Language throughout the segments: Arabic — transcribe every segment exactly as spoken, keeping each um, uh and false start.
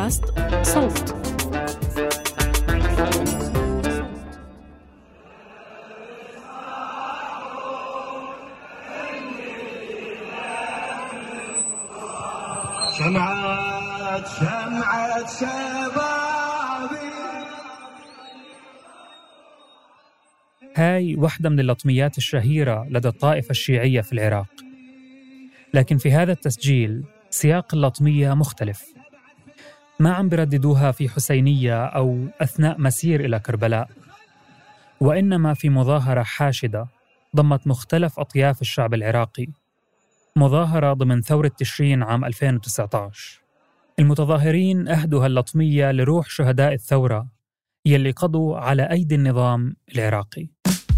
بودكاست صوت. شمعات شمعات شبابي. هاي واحدة من اللطميات الشهيرة لدى الطائفة الشيعية في العراق، لكن في هذا التسجيل سياق اللطمية مختلف. ما عم برددوها في حسينية أو أثناء مسير إلى كربلاء، وإنما في مظاهرة حاشدة ضمت مختلف أطياف الشعب العراقي، مظاهرة ضمن ثورة تشرين عام ألفين وتسعة عشر. المتظاهرين أهدوا هاللطمية لروح شهداء الثورة يلي قضوا على أيدي النظام العراقي.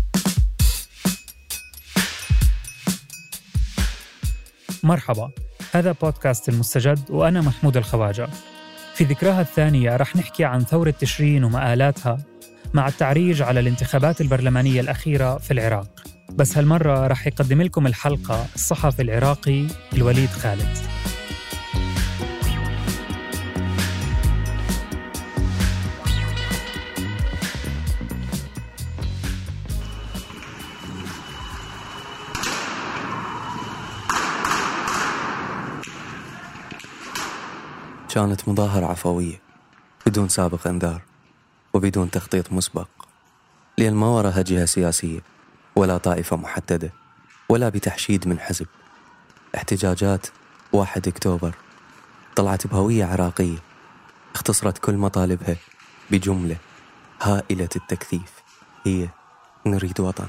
مرحبا، هذا بودكاست المستجد وأنا محمود الخواجة. في ذكراها الثانية رح نحكي عن ثورة تشرين ومآلاتها مع التعريج على الانتخابات البرلمانية الأخيرة في العراق. بس هالمرة رح يقدم لكم الحلقة الصحفي العراقي الوليد خالد. كانت مظاهرة عفوية بدون سابق انذار وبدون تخطيط مسبق، لأن ما وراها جهة سياسية ولا طائفة محددة ولا بتحشيد من حزب. احتجاجات واحد أكتوبر طلعت بهوية عراقية اختصرت كل مطالبها بجملة هائلة التكثيف، هي نريد وطن.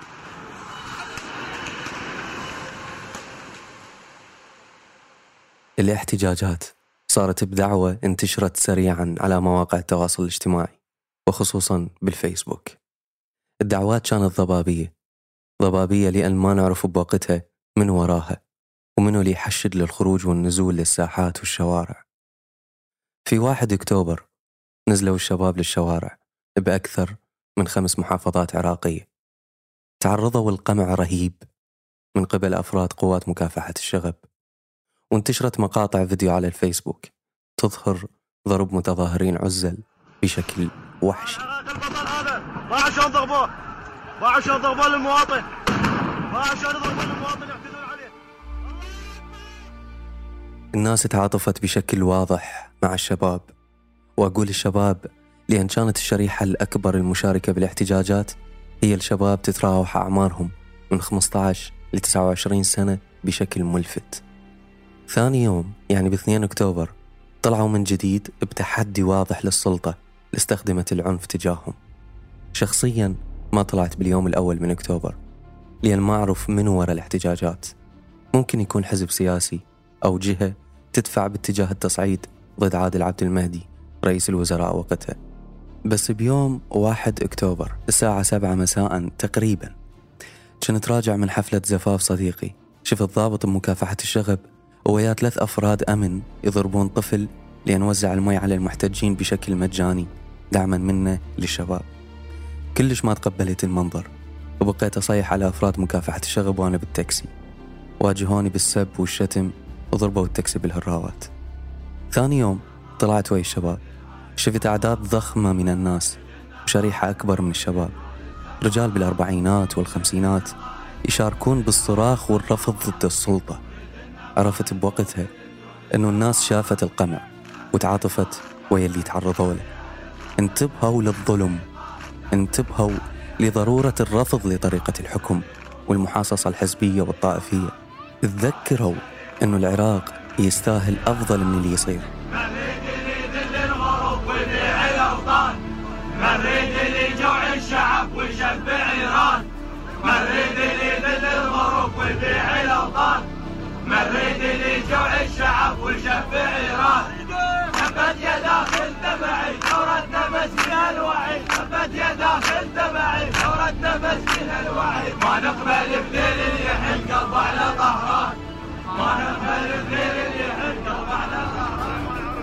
الاحتجاجات صارت بدعوة انتشرت سريعا على مواقع التواصل الاجتماعي وخصوصا بالفيسبوك. الدعوات كانت ضبابية ضبابية لأن ما نعرف بوقتها من وراها ومنو اللي يحشد للخروج والنزول للساحات والشوارع. في واحد أكتوبر نزلوا الشباب للشوارع بأكثر من خمس محافظات عراقية، تعرضوا للقمع رهيب من قبل أفراد قوات مكافحة الشغب، وانتشرت مقاطع فيديو على الفيسبوك تظهر ضرب متظاهرين عزل بشكل وحشي. ما عشان ضربوه، ما عشان ضربوه للمواطن، ما عشان ضربوه للمواطن يعتدون عليه. الناس تعاطفت بشكل واضح مع الشباب، وأقول الشباب لأن كانت الشريحة الأكبر المشاركة بالاحتجاجات هي الشباب تتراوح أعمارهم من خمسة عشر ل تسعة وعشرين سنة بشكل ملفت. ثاني يوم يعني باثنين أكتوبر طلعوا من جديد بتحدي واضح للسلطة لاستخدمت العنف تجاههم. شخصياً ما طلعت باليوم الأول من أكتوبر لأن ما أعرف من وراء الاحتجاجات، ممكن يكون حزب سياسي أو جهة تدفع باتجاه التصعيد ضد عادل عبد المهدي رئيس الوزراء وقتها. بس بيوم واحد أكتوبر الساعة سبعة مساء تقريباً كنت راجع من حفلة زفاف صديقي، شفت ضابط بمكافحة الشغب ويا ثلاث أفراد أمن يضربون طفل لأن وزع المي على المحتجين بشكل مجاني دعما منه للشباب. كلش ما تقبلت المنظر وبقيت أصيح على أفراد مكافحة الشغب وأنا بالتاكسي، واجهوني بالسب والشتم وضربوا التاكسي بالهراوات. ثاني يوم طلعت ويا الشباب، شفت أعداد ضخمة من الناس وشريحة أكبر من الشباب، رجال بالأربعينات والخمسينات يشاركون بالصراخ والرفض ضد السلطة. عرفت بوقتها أنه الناس شافت القمع وتعاطفت ويا اللي تعرضوا له. انتبهوا للظلم، انتبهوا لضرورة الرفض لطريقة الحكم والمحاصصة الحزبية والطائفية. تذكروا أنه العراق يستاهل أفضل من اللي يصير. مريد اللي يذل الغرب ويبيع الأوطان، مريد اللي يجوع الشعب ويشبع إيران، مريد اللي يذل الغرب ويبيع الأوطان، مريد اللي يجوع الشعب ويشبع إيران. ثبت يا داخل دمعي ثورتنا مسكين الوعي، ثبت يا داخل دمعي ثورتنا مسكين الوعي. ما نقبل بذيل اللي يحل قلب على ظهران، ما نقبل بذيل اللي يحل قلب على ظهران.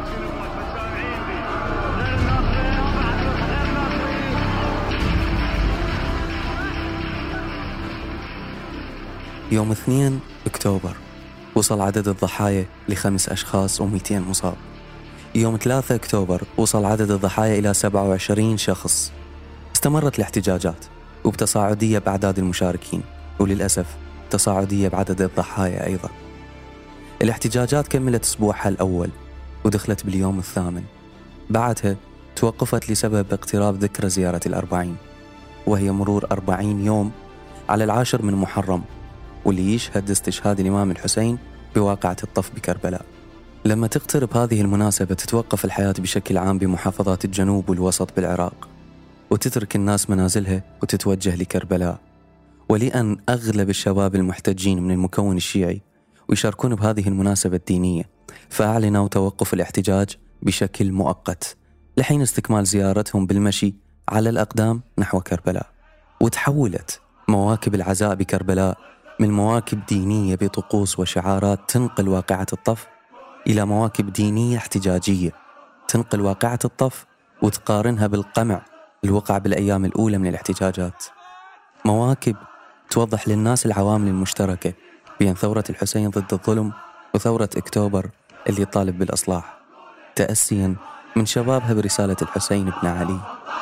يوم اثنين أكتوبر وصل عدد الضحايا لخمس أشخاص ومئتين مصاب. يوم ثلاثة أكتوبر وصل عدد الضحايا إلى سبعة وعشرين شخص. استمرت الاحتجاجات وبتصاعدية بأعداد المشاركين، وللأسف تصاعدية بعدد الضحايا أيضا. الاحتجاجات كملت أسبوعها الأول ودخلت باليوم الثامن. بعدها توقفت لسبب اقتراب ذكرى زيارة الأربعين، وهي مرور أربعين يوم على العاشر من محرم، واللي يشهد استشهاد الإمام الحسين بواقعة الطف بكربلاء. لما تقترب هذه المناسبة تتوقف الحياة بشكل عام بمحافظات الجنوب والوسط بالعراق، وتترك الناس منازلها وتتوجه لكربلاء. ولأن أغلب الشباب المحتجين من المكون الشيعي ويشاركون بهذه المناسبة الدينية، فأعلنوا توقف الاحتجاج بشكل مؤقت لحين استكمال زيارتهم بالمشي على الأقدام نحو كربلاء. وتحولت مواكب العزاء بكربلاء من مواكب دينية بطقوس وشعارات تنقل واقعة الطف إلى مواكب دينية احتجاجية تنقل واقعة الطف وتقارنها بالقمع الوقع بالأيام الأولى من الاحتجاجات. مواكب توضح للناس العوامل المشتركة بين ثورة الحسين ضد الظلم وثورة أكتوبر اللي طالب بالإصلاح، تأسياً من شبابها برسالة الحسين بن علي.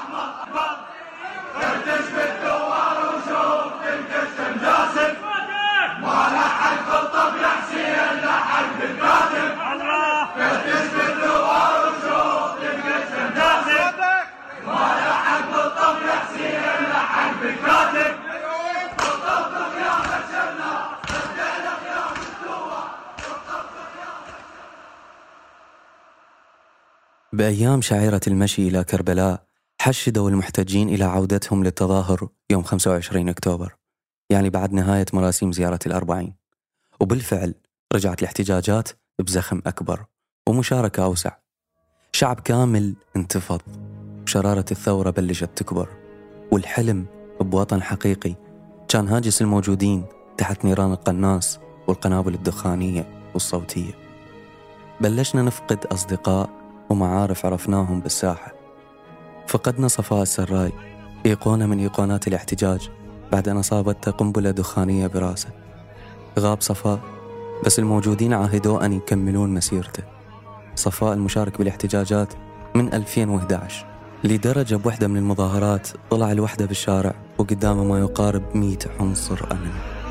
بأيام شعيرة المشي إلى كربلاء حشدوا المحتجين إلى عودتهم للتظاهر يوم خمسة وعشرين أكتوبر، يعني بعد نهاية مراسيم زيارة الأربعين. وبالفعل رجعت الاحتجاجات بزخم أكبر ومشاركة أوسع. شعب كامل انتفض، وشرارة الثورة بلشت تكبر، والحلم بوطن حقيقي كان هاجس الموجودين تحت نيران القناص والقنابل الدخانية والصوتية. بلشنا نفقد أصدقاء ومعارف عرفناهم بالساحة. فقدنا صفاء السراي، إيقونة من إيقونات الاحتجاج، بعد أن أصابته قنبلة دخانية براسه. غاب صفاء، بس الموجودين عاهدوا أن يكملون مسيرته. صفاء المشارك بالاحتجاجات من ألفين وإحدى عشر، لدرجة بوحدة من المظاهرات طلع الوحدة بالشارع وقدامه ما يقارب مئة عنصر أمن.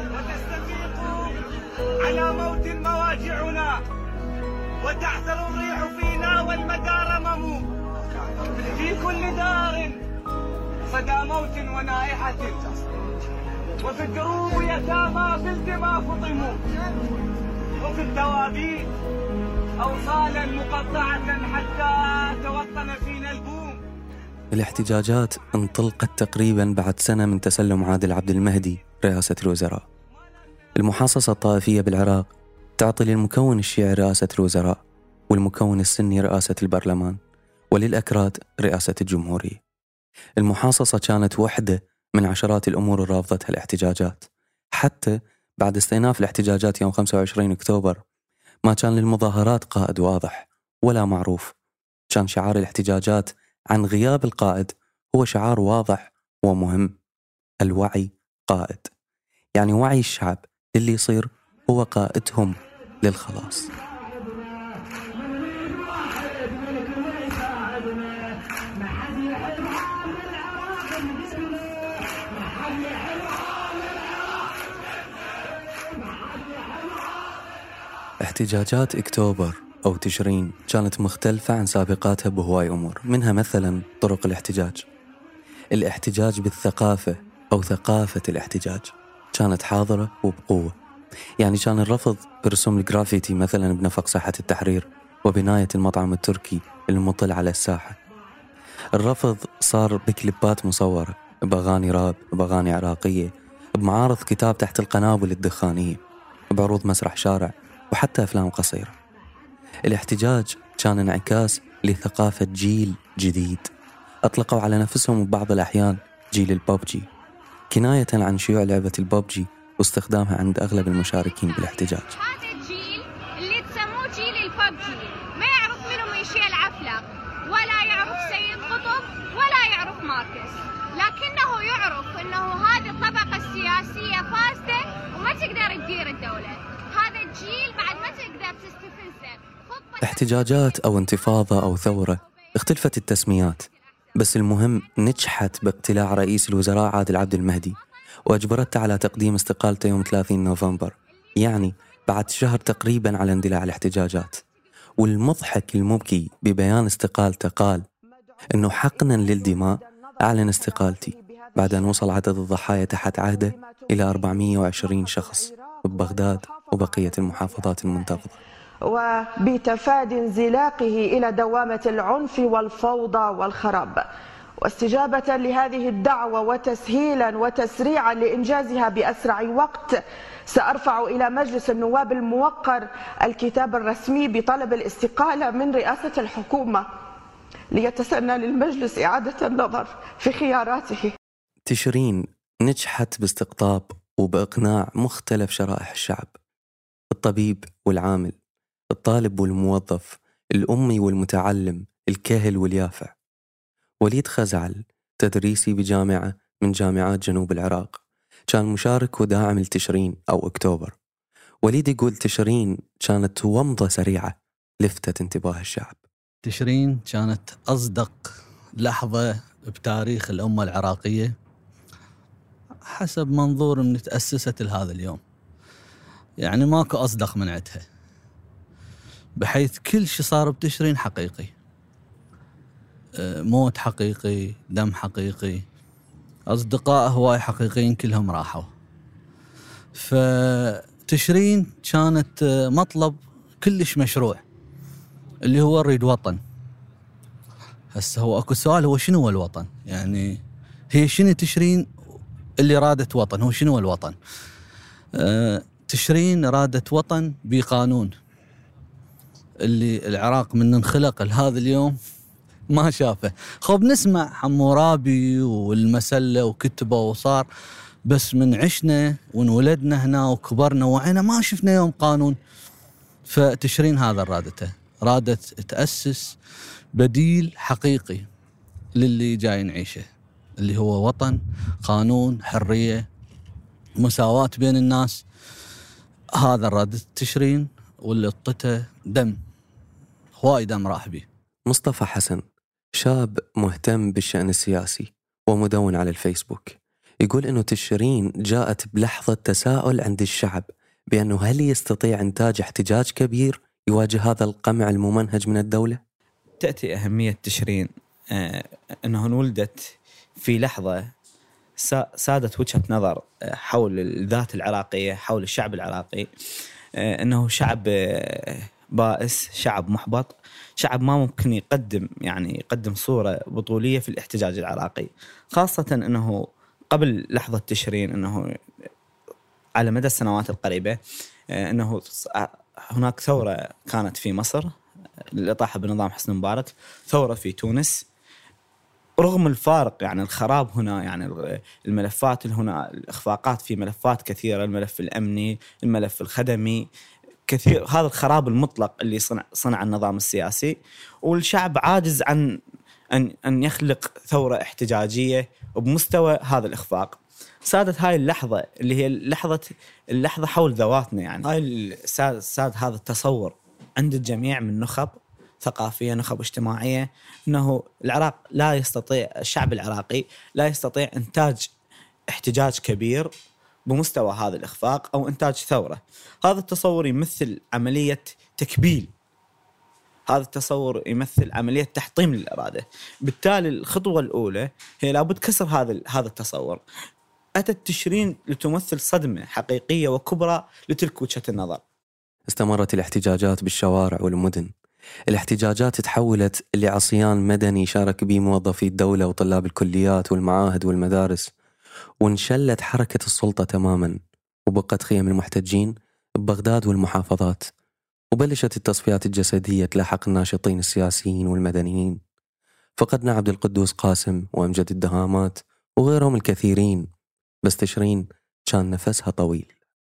على موت مواجعنا وتعثر الريح فينا والمدار مموت، في كل دار صدى موت ونائحة، وفي الدروب يتامى بالدماء فطموا، وفي الدوابين أوصالا مقطعة حتى توطن فينا البوم. الاحتجاجات انطلقت تقريبا بعد سنة من تسلم عادل عبد المهدي رئاسة الوزراء. المحاصصة الطائفية بالعراق تعطي للمكون الشيعي رئاسة الوزراء، والمكون السني رئاسة البرلمان، وللأكراد رئاسة الجمهورية. المحاصصة كانت واحدة من عشرات الأمور اللي رافضتها الاحتجاجات. حتى بعد استئناف الاحتجاجات يوم خمسة وعشرين أكتوبر ما كان للمظاهرات قائد واضح ولا معروف. كان شعار الاحتجاجات عن غياب القائد هو شعار واضح ومهم: الوعي قائد. يعني وعي الشعب اللي يصير هو قائدهم للخلاص. احتجاجات أكتوبر أو تشرين كانت مختلفة عن سابقاتها بهواي أمور، منها مثلا طرق الاحتجاج. الاحتجاج بالثقافة أو ثقافة الاحتجاج كانت حاضرة وبقوة. يعني كان الرفض برسوم الجرافيتي مثلا بنفق ساحة التحرير وبناية المطعم التركي المطل على الساحة. الرفض صار بكليبات مصورة، بأغاني راب، بأغاني عراقية، بمعارض كتاب تحت القنابل الدخانية، بعروض مسرح شارع، وحتى أفلام قصيرة. الاحتجاج كان انعكاس لثقافة جيل جديد أطلقوا على نفسهم ببعض الأحيان جيل البابجي، كناية عن شيوع لعبة البابجي واستخدامها عند أغلب المشاركين بالاحتجاج. هذا الجيل اللي تسموه جيل البابجي ما يعرف منهم ميشيل عفلق، ولا يعرف سيد قطب، ولا يعرف ماركس، لكنه يعرف أنه هذه الطبقة السياسية فاسدة وما تقدر تدير الدولة. هذا الجيل بعد ما تقدر تستفزه. احتجاجات أو انتفاضة أو ثورة اختلفت التسميات، بس المهم نجحت باقتلاع رئيس الوزراء عادل عبد المهدي وأجبرته على تقديم استقالته يوم ثلاثين نوفمبر، يعني بعد شهر تقريبا على اندلاع الاحتجاجات. والمضحك المبكي ببيان استقالته قال إنه حقنا للدماء أعلن استقالتي بعد أن وصل عدد الضحايا تحت عهده إلى أربعمئة وعشرين شخص ببغداد وبقية المحافظات المنتفضة، وبتفادي انزلاقه إلى دوامة العنف والفوضى والخراب. واستجابة لهذه الدعوة وتسهيلا وتسريعا لإنجازها بأسرع وقت، سأرفع إلى مجلس النواب الموقر الكتاب الرسمي بطلب الاستقالة من رئاسة الحكومة، ليتسنى للمجلس إعادة النظر في خياراته. تشرين نجحت باستقطاب وبإقناع مختلف شرائح الشعب: الطبيب والعامل، الطالب والموظف، الأمي والمتعلم، الكاهل واليافع. وليد خزعل تدريسي بجامعة من جامعات جنوب العراق كان مشارك وداعم لتشرين أو أكتوبر. وليد يقول تشرين كانت ومضة سريعة لفتت انتباه الشعب. تشرين كانت أصدق لحظة بتاريخ الأمة العراقية حسب منظور من تأسست لهذا اليوم، يعني ماكو أصدق من عدها، بحيث كل شيء صار بتشرين حقيقي، موت حقيقي، دم حقيقي، أصدقاء هواي حقيقيين كلهم راحوا. فتشرين كانت مطلب كلش مشروع اللي هو نريد وطن. هسه هو أكو سؤال، هو شنو هو الوطن؟ يعني هي شنو تشرين اللي رادت وطن؟ هو شنو هو الوطن؟ أه تشرين رادت وطن بقانون اللي العراق من انخلق لهذا اليوم ما شافه. خب نسمع حمورابي والمسلة وكتبه وصار، بس من عشنا ونولدنا هنا وكبرنا وعينا ما شفنا يوم قانون. فتشرين هذا رادته، رادت تأسس بديل حقيقي للي جاي نعيشه، اللي هو وطن، قانون، حرية، مساواة بين الناس. هذا رادت تشرين، واللي طته دم، هواي دم راح بيه. مصطفى حسن شاب مهتم بالشأن السياسي ومدون على الفيسبوك، يقول إنه تشرين جاءت بلحظة تساؤل عند الشعب بأنه هل يستطيع إنتاج احتجاج كبير يواجه هذا القمع الممنهج من الدولة؟ تأتي أهمية تشرين آه أنه انولدت في لحظة سادت وجهة نظر حول الذات العراقية، حول الشعب العراقي، آه أنه شعب آه بائس، شعب محبط، شعب ما ممكن يقدم يعني يقدم صورة بطولية في الاحتجاج العراقي، خاصة أنه قبل لحظة تشرين أنه على مدى السنوات القريبة أنه هناك ثورة كانت في مصر للإطاحة بنظام حسني مبارك، ثورة في تونس. رغم الفارق يعني الخراب هنا، يعني الملفات هنا، الإخفاقات في ملفات كثيرة، الملف الأمني، الملف الخدمي، كثير، هذا الخراب المطلق اللي صنع صنع النظام السياسي، والشعب عاجز عن أن أن يخلق ثورة احتجاجية بمستوى هذا الإخفاق. سادت هاي اللحظة اللي هي لحظة اللحظة حول ذواتنا، يعني هاي ساد, ساد هذا التصور عند الجميع من نخب ثقافية، نخب اجتماعية، أنه العراق لا يستطيع، الشعب العراقي لا يستطيع إنتاج احتجاج كبير بمستوى هذا الإخفاق أو إنتاج ثورة. هذا التصور يمثل عملية تكبيل، هذا التصور يمثل عملية تحطيم للإرادة. بالتالي الخطوة الأولى هي لابد كسر هذا هذا التصور. أتت تشرين لتمثل صدمة حقيقية وكبرى لتلك وجهة النظر. استمرت الاحتجاجات بالشوارع والمدن. الاحتجاجات تحولت لعصيان مدني شارك به موظفي الدولة وطلاب الكليات والمعاهد والمدارس، وانشلت حركة السلطة تماما، وبقت خيم المحتجين ببغداد والمحافظات، وبلشت التصفيات الجسدية تلاحق الناشطين السياسيين والمدنيين. فقدنا عبد القدوس قاسم وأمجد الدهامات وغيرهم الكثيرين، بس تشرين كان نفسها طويل.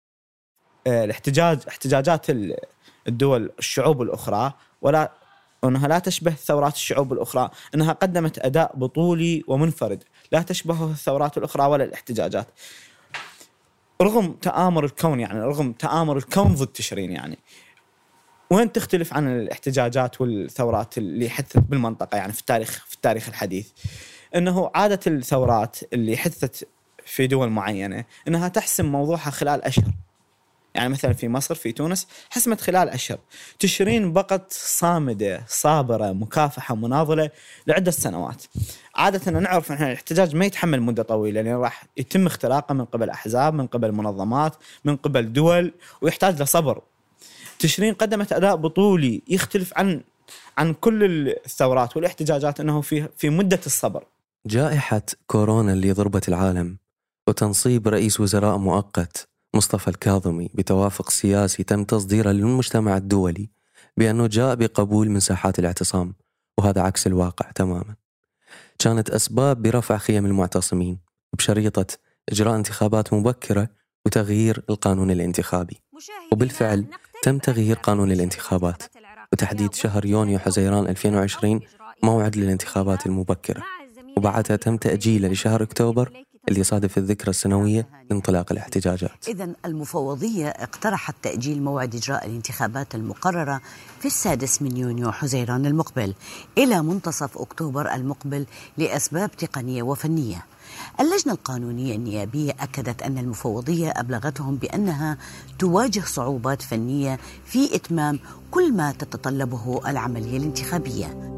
الاحتجاج احتجاجات الدول الشعوب الأخرى، ولا أنها لا تشبه ثورات الشعوب الأخرى، أنها قدمت أداء بطولي ومنفرد لا تشبه الثورات الأخرى ولا الاحتجاجات. رغم تآمر الكون، يعني رغم تآمر الكون ضد تشرين، يعني وين تختلف عن الاحتجاجات والثورات اللي حدثت بالمنطقة يعني في التاريخ في التاريخ الحديث، أنه عادة الثورات اللي حدثت في دول معينة أنها تحسم موضوعها خلال أشهر. يعني مثلا في مصر في تونس حسمت خلال أشهر. تشرين بقت صامدة صابرة مكافحة مناضلة لعدة سنوات. عادة نعرف أن الاحتجاج ما يتحمل مدة طويلة، لأن راح يتم اختراقه من قبل أحزاب، من قبل منظمات، من قبل دول، ويحتاج لصبر. تشرين قدمت أداء بطولي يختلف عن عن كل الثورات والاحتجاجات، أنه في في مدة الصبر. جائحة كورونا اللي ضربت العالم وتنصيب رئيس وزراء مؤقت مصطفى الكاظمي بتوافق سياسي تم تصديره للمجتمع الدولي بأنه جاء بقبول من ساحات الاعتصام، وهذا عكس الواقع تماما. كانت أسباب برفع خيم المعتصمين بشريطة إجراء انتخابات مبكرة وتغيير القانون الانتخابي، وبالفعل تم تغيير قانون الانتخابات وتحديد شهر يونيو حزيران ألفين وعشرين موعد للانتخابات المبكرة، وبعدها تم تأجيله لشهر أكتوبر اللي يصادف الذكرى السنوية لانطلاق الاحتجاجات. إذن المفوضية اقترحت تأجيل موعد إجراء الانتخابات المقررة في السادس من يونيو حزيران المقبل إلى منتصف أكتوبر المقبل لأسباب تقنية وفنية. اللجنة القانونية النيابية أكدت أن المفوضية أبلغتهم بأنها تواجه صعوبات فنية في إتمام كل ما تتطلبه العملية الانتخابية.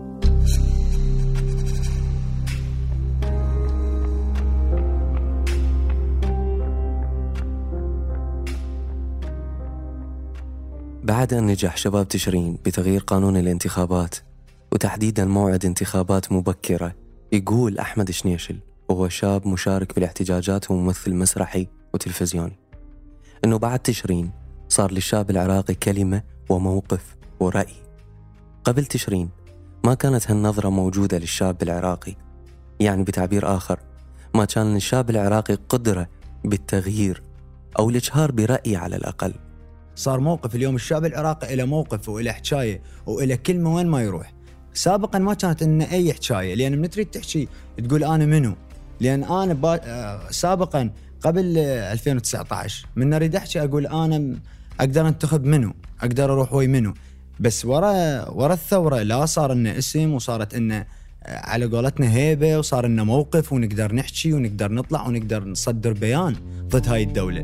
بعد أن نجح شباب تشرين بتغيير قانون الانتخابات وتحديدا موعد انتخابات مبكرة، يقول أحمد شنيشل وهو شاب مشارك بالاحتجاجات وممثل مسرحي وتلفزيوني أنه بعد تشرين صار للشاب العراقي كلمة وموقف ورأي. قبل تشرين ما كانت هالنظرة موجودة للشاب العراقي، يعني بتعبير آخر ما كان للشاب العراقي قدرة بالتغيير أو الإجهار برأي على الأقل. صار موقف اليوم الشعب العراقي إلى موقف وإلى حكاية وإلى كلمة وين ما يروح. سابقا ما كانت إن أي حكاية، لأن من تريد تحكي تقول أنا منو، لأن أنا با... سابقا قبل ألفين وتسعة عشر من أريد أحكي أقول أنا أقدر أنتخب منو، أقدر أروح وي منو. بس ورا ورا الثورة لا صار لنا اسم، وصارت لنا على قولتنا هيبة، وصار لنا موقف ونقدر نحكي ونقدر نطلع ونقدر نصدر بيان ضد هاي الدولة.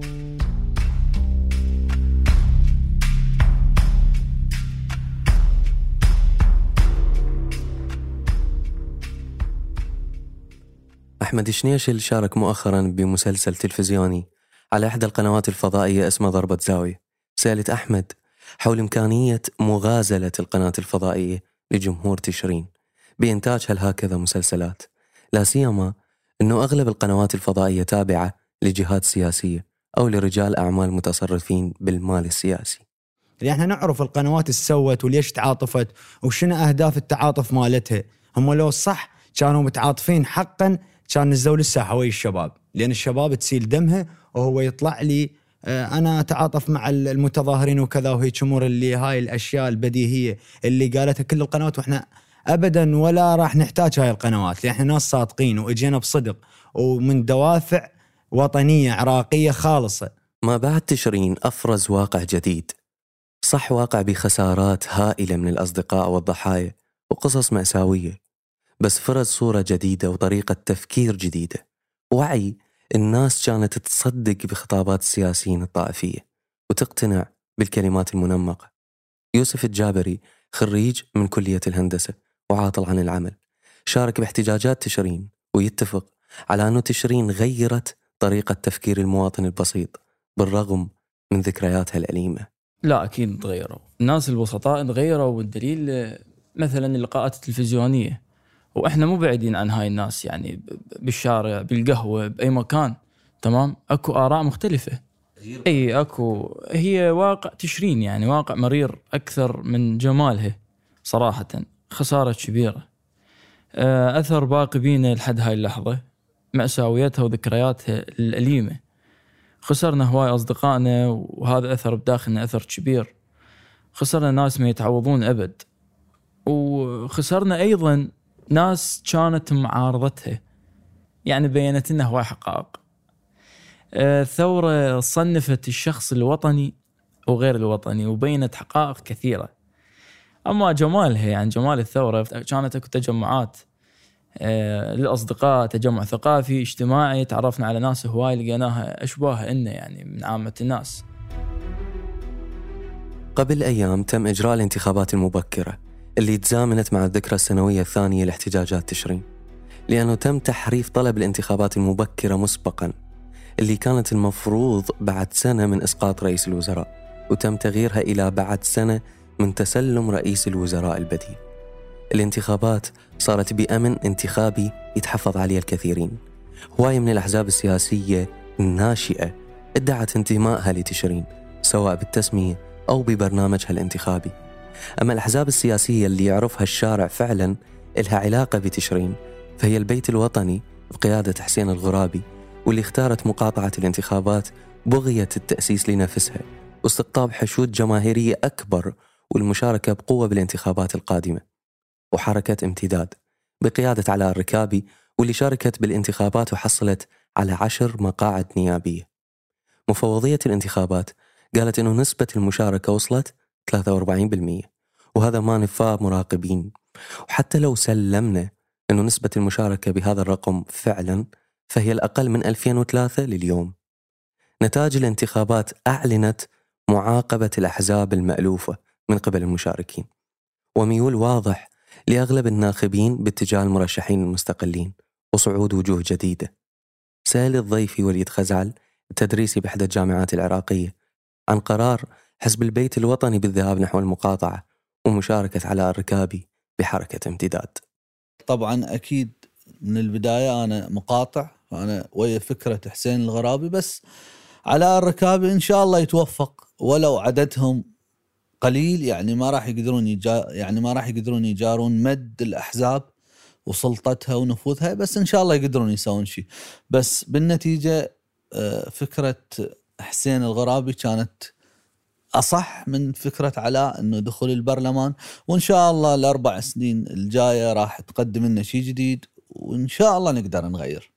أحمد شنيشل شارك مؤخرا بمسلسل تلفزيوني على إحدى القنوات الفضائية اسمه ضربة زاوية. سألت أحمد حول إمكانية مغازلة القناة الفضائية لجمهور تشرين بإنتاج هل هكذا مسلسلات، لا سيما أنه أغلب القنوات الفضائية تابعة لجهات سياسية أو لرجال أعمال متصرفين بالمال السياسي. يعني احنا نعرف القنوات السوت وليش تعاطفت وشنو أهداف التعاطف مالتها. هم لو صح كانوا متعاطفين حقا كان نزلوا للساحة ويا الشباب، لأن الشباب تسيل دمها وهو يطلع لي أنا أتعاطف مع المتظاهرين وكذا وهيك أمور، اللي هاي الأشياء البديهية اللي قالتها كل القنوات، وإحنا أبدا ولا راح نحتاج هاي القنوات، لأن إحنا ناس صادقين وإجينا بصدق ومن دوافع وطنية عراقية خالصة. ما بعد تشرين أفرز واقع جديد، صح واقع بخسارات هائلة من الأصدقاء والضحايا وقصص مأساوية، بس فرز صورة جديدة وطريقة تفكير جديدة، وعي الناس كانت تصدق بخطابات السياسيين الطائفية وتقتنع بالكلمات المنمقة. يوسف الجابري خريج من كلية الهندسة وعاطل عن العمل، شارك باحتجاجات تشرين ويتفق على أنه تشرين غيرت طريقة تفكير المواطن البسيط بالرغم من ذكرياتها الأليمة. لا أكيد تغيروا، الناس البسطاء تغيروا، والدليل مثلا اللقاءات التلفزيونية، وإحنا مو بعيدين عن هاي الناس، يعني بالشارع بالقهوة بأي مكان، تمام، أكو آراء مختلفة. أي أكو، هي واقع تشرين يعني واقع مرير أكثر من جمالها صراحة، خسارة كبيرة، أثر باقي بينا لحد هاي اللحظة، مأساوياتها وذكرياتها الأليمة. خسرنا هواي أصدقائنا وهذا أثر بداخلنا، أثر كبير. خسرنا ناس ما يتعوضون أبد، وخسرنا أيضا ناس كانت معارضتها، يعني بينت لنا هواي حقائق. الثورة صنفت الشخص الوطني وغير الوطني، وبينت حقائق كثيرة. أما جمالها يعني جمال الثورة كانت أكو تجمعات آه للأصدقاء، تجمع ثقافي اجتماعي، تعرفنا على ناس هواي لقيناها أشباه إلنا يعني من عامة الناس. قبل أيام تم إجراء الانتخابات المبكرة اللي تزامنت مع الذكرى السنوية الثانية لاحتجاجات تشرين، لأنه تم تحريف طلب الانتخابات المبكرة مسبقاً اللي كانت المفروض بعد سنة من إسقاط رئيس الوزراء، وتم تغييرها إلى بعد سنة من تسلم رئيس الوزراء البديل. الانتخابات صارت بأمن انتخابي يتحفظ عليه الكثيرين. هواية من الأحزاب السياسية الناشئة ادعت انتمائها لتشرين سواء بالتسمية أو ببرنامجها الانتخابي. أما الأحزاب السياسية اللي يعرفها الشارع فعلا إلها علاقة بتشرين فهي البيت الوطني بقيادة حسين الغرابي، واللي اختارت مقاطعة الانتخابات بغية التأسيس لنفسها واستقطاب حشود جماهيرية أكبر والمشاركة بقوة بالانتخابات القادمة. وحركة امتداد بقيادة علاء الركابي واللي شاركت بالانتخابات وحصلت على عشر مقاعد نيابية. مفوضية الانتخابات قالت إنه نسبة المشاركة وصلت ثلاثة وأربعين بالمئة، وهذا ما نفاه مراقبين. وحتى لو سلمنا إنه نسبة المشاركة بهذا الرقم فعلا فهي الأقل من ألفين وثلاثة لليوم. نتائج الانتخابات أعلنت معاقبة الأحزاب المألوفة من قبل المشاركين، وميول واضح لأغلب الناخبين باتجاه المرشحين المستقلين وصعود وجوه جديدة. سأل الضيفي وليد خزعل التدريسي بإحدى الجامعات العراقية عن قرار حزب البيت الوطني بالذهاب نحو المقاطعة ومشاركة علاء الركابي بحركة امتداد. طبعا أكيد من البداية أنا مقاطع، أنا ويا فكرة حسين الغرابي، بس علاء الركابي إن شاء الله يتوفق، ولو عددهم قليل يعني ما راح يقدرون يجا يعني ما راح يقدرون يجارون مد الأحزاب وسلطتها ونفوذها، بس إن شاء الله يقدرون يسوون شيء. بس بالنتيجة فكرة حسين الغرابي كانت أصح من فكرة علاء إنه دخول البرلمان، وإن شاء الله الأربع سنين الجاية راح تقدم لنا شيء جديد وإن شاء الله نقدر نغير.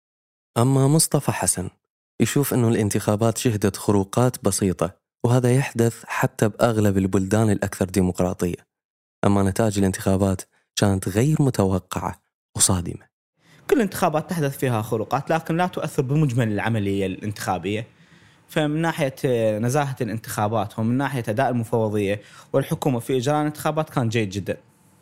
أما مصطفى حسن يشوف إنه الانتخابات شهدت خروقات بسيطة، وهذا يحدث حتى بأغلب البلدان الأكثر ديمقراطية. أما نتائج الانتخابات كانت غير متوقعة وصادمة. كل انتخابات تحدث فيها خروقات لكن لا تؤثر بمجمل العملية الانتخابية. فمن ناحية نزاهة الانتخابات ومن ناحية أداء المفوضية والحكومة في إجراء الانتخابات كان جيد جدا.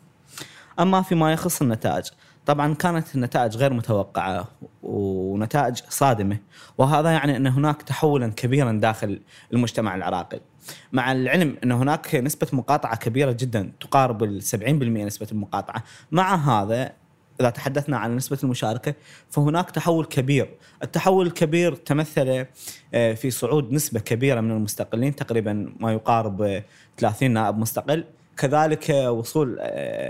أما فيما يخص النتائج، طبعا كانت النتائج غير متوقعة ونتائج صادمة، وهذا يعني أن هناك تحولا كبيرا داخل المجتمع العراقي، مع العلم أن هناك نسبة مقاطعة كبيرة جدا تقارب السبعين بالمئة نسبة المقاطعة. مع هذا إذا تحدثنا عن نسبة المشاركة فهناك تحول كبير. التحول الكبير تمثل في صعود نسبة كبيرة من المستقلين، تقريبا ما يقارب ثلاثين نائب مستقل، كذلك وصول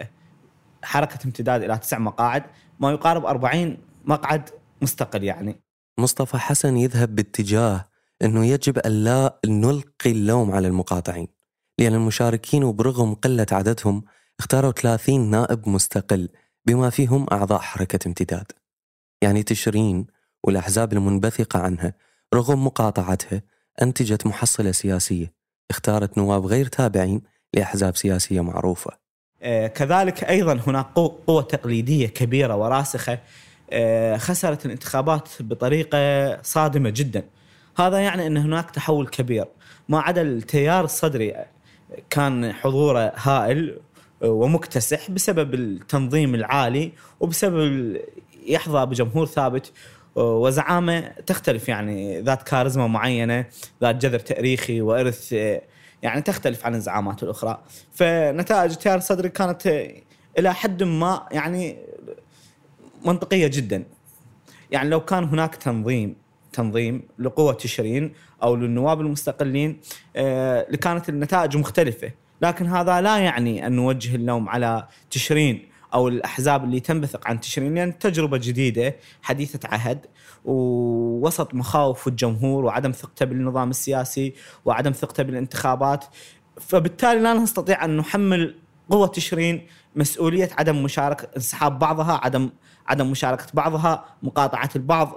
حركة امتداد إلى تسع مقاعد، ما يقارب أربعين مقعد مستقل. يعني مصطفى حسن يذهب باتجاه أنه يجب أن لا نلقي اللوم على المقاطعين، لأن المشاركين وبرغم قلة عددهم اختاروا ثلاثين نائب مستقل بما فيهم أعضاء حركة امتداد. يعني تشرين والأحزاب المنبثقة عنها رغم مقاطعتها أنتجت محصلة سياسية اختارت نواب غير تابعين لأحزاب سياسية معروفة. آه كذلك أيضا هناك قوة تقليدية كبيرة وراسخة آه خسرت الانتخابات بطريقة صادمة جدا. هذا يعني أن هناك تحول كبير، ما عدا التيار الصدري كان حضوره هائل ومكتسح بسبب التنظيم العالي وبسبب يحظى بجمهور ثابت وزعامة تختلف، يعني ذات كاريزما معينة، ذات جذر تاريخي وإرث يعني تختلف عن الزعامات الأخرى. فنتائج التيار الصدري كانت إلى حد ما يعني منطقية جدا. يعني لو كان هناك تنظيم تنظيم لقوة تشرين أو للنواب المستقلين لكانت النتائج مختلفة، لكن هذا لا يعني أن نوجه اللوم على تشرين أو الأحزاب اللي تنبثق عن تشرين، لأن يعني تجربة جديدة حديثة عهد ووسط مخاوف الجمهور وعدم ثقته بالنظام السياسي وعدم ثقته بالانتخابات، فبالتالي لا نستطيع أن نحمل قوة تشرين مسؤولية عدم مشاركة، انسحاب بعضها، عدم عدم مشاركة بعضها، مقاطعة البعض.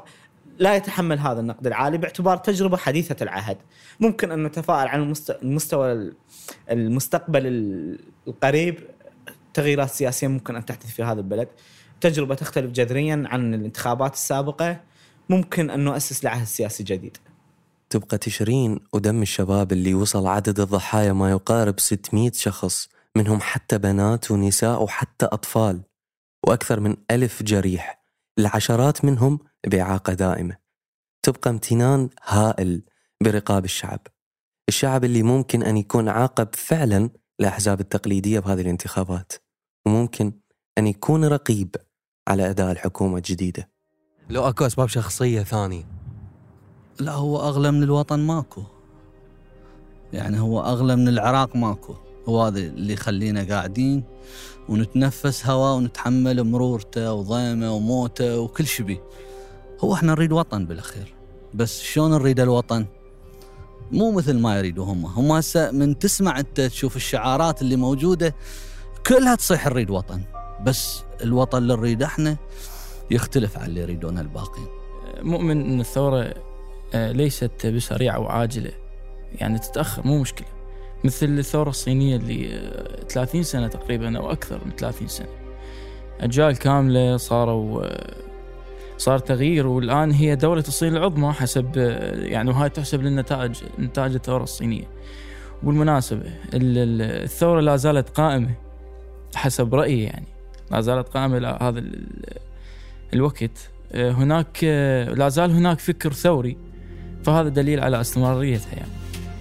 لا يتحمل هذا النقد العالي باعتبار تجربة حديثة العهد. ممكن أن نتفائل عن المستوى المستقبل القريب، تغييرات سياسية ممكن أن تحدث في هذا البلد، تجربة تختلف جذريا عن الانتخابات السابقة، ممكن أن نؤسس لعهد سياسي جديد. تبقى تشرين ودم الشباب اللي وصل عدد الضحايا ما يقارب ستمائة شخص، منهم حتى بنات ونساء وحتى أطفال، وأكثر من ألف جريح، العشرات منهم بإعاقة دائمة. تبقى امتنان هائل برقاب الشعب، الشعب اللي ممكن أن يكون عاقب فعلا الأحزاب التقليدية بهذه الانتخابات، وممكن أن يكون رقيب على أداء الحكومة الجديدة. لو أكو أسباب شخصية ثانية، لا هو أغلى من الوطن ماكو، يعني هو أغلى من العراق ماكو. هو هذا اللي يخلينا قاعدين ونتنفس هواء ونتحمل مرورته وضيمه وموته وكل شيء بيه. هو احنا نريد وطن بالأخير، بس شلون نريد الوطن؟ مو مثل ما يريدوا هم. هم هسه من تسمع انت تشوف الشعارات اللي موجودة كلها تصيح نريد وطن، بس الوطن اللي نريد احنا يختلف عن اللي يريدونه الباقين. مؤمن ان الثورة ليست بسريعة وعاجلة، يعني تتأخر مو مشكلة، مثل الثورة الصينية اللي ثلاثين سنة تقريبا أو أكثر من ثلاثين سنة، أجيال كاملة صاروا صار تغيير، والآن هي دولة الصين العظمى حسب يعني، وهاي تحسب للنتائج نتائج الثورة الصينية. وبالمناسبة الثورة لا زالت قائمة حسب رأيي، يعني لا زالت قائمة لهذا الوقت. هناك لا زال هناك فكر ثوري، فهذا دليل على استمراريتها. يعني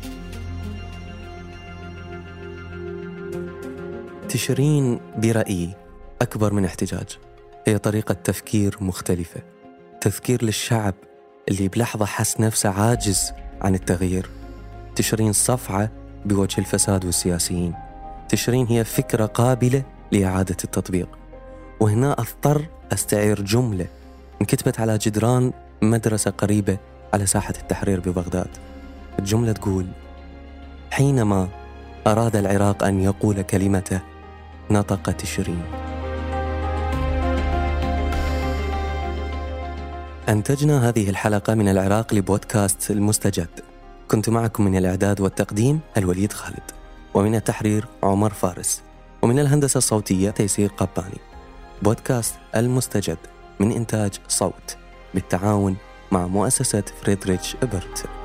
تشرين برأيي أكبر من احتجاج، هي طريقة تفكير مختلفة، تذكير للشعب اللي بلحظة حس نفسه عاجز عن التغيير. تشرين صفعة بوجه الفساد والسياسيين. تشرين هي فكرة قابلة لإعادة التطبيق. وهنا أضطر أستعير جملة انكتبت على جدران مدرسة قريبة على ساحة التحرير ببغداد. الجملة تقول: حينما أراد العراق أن يقول كلمته نطق تشرين. أنتجنا هذه الحلقة من العراق لبودكاست المستجد. كنت معكم من الإعداد والتقديم الوليد خالد، ومن التحرير عمر فارس، ومن الهندسة الصوتية تيسير قباني. بودكاست المستجد من إنتاج صوت بالتعاون مع مؤسسة فريدريتش إبرت.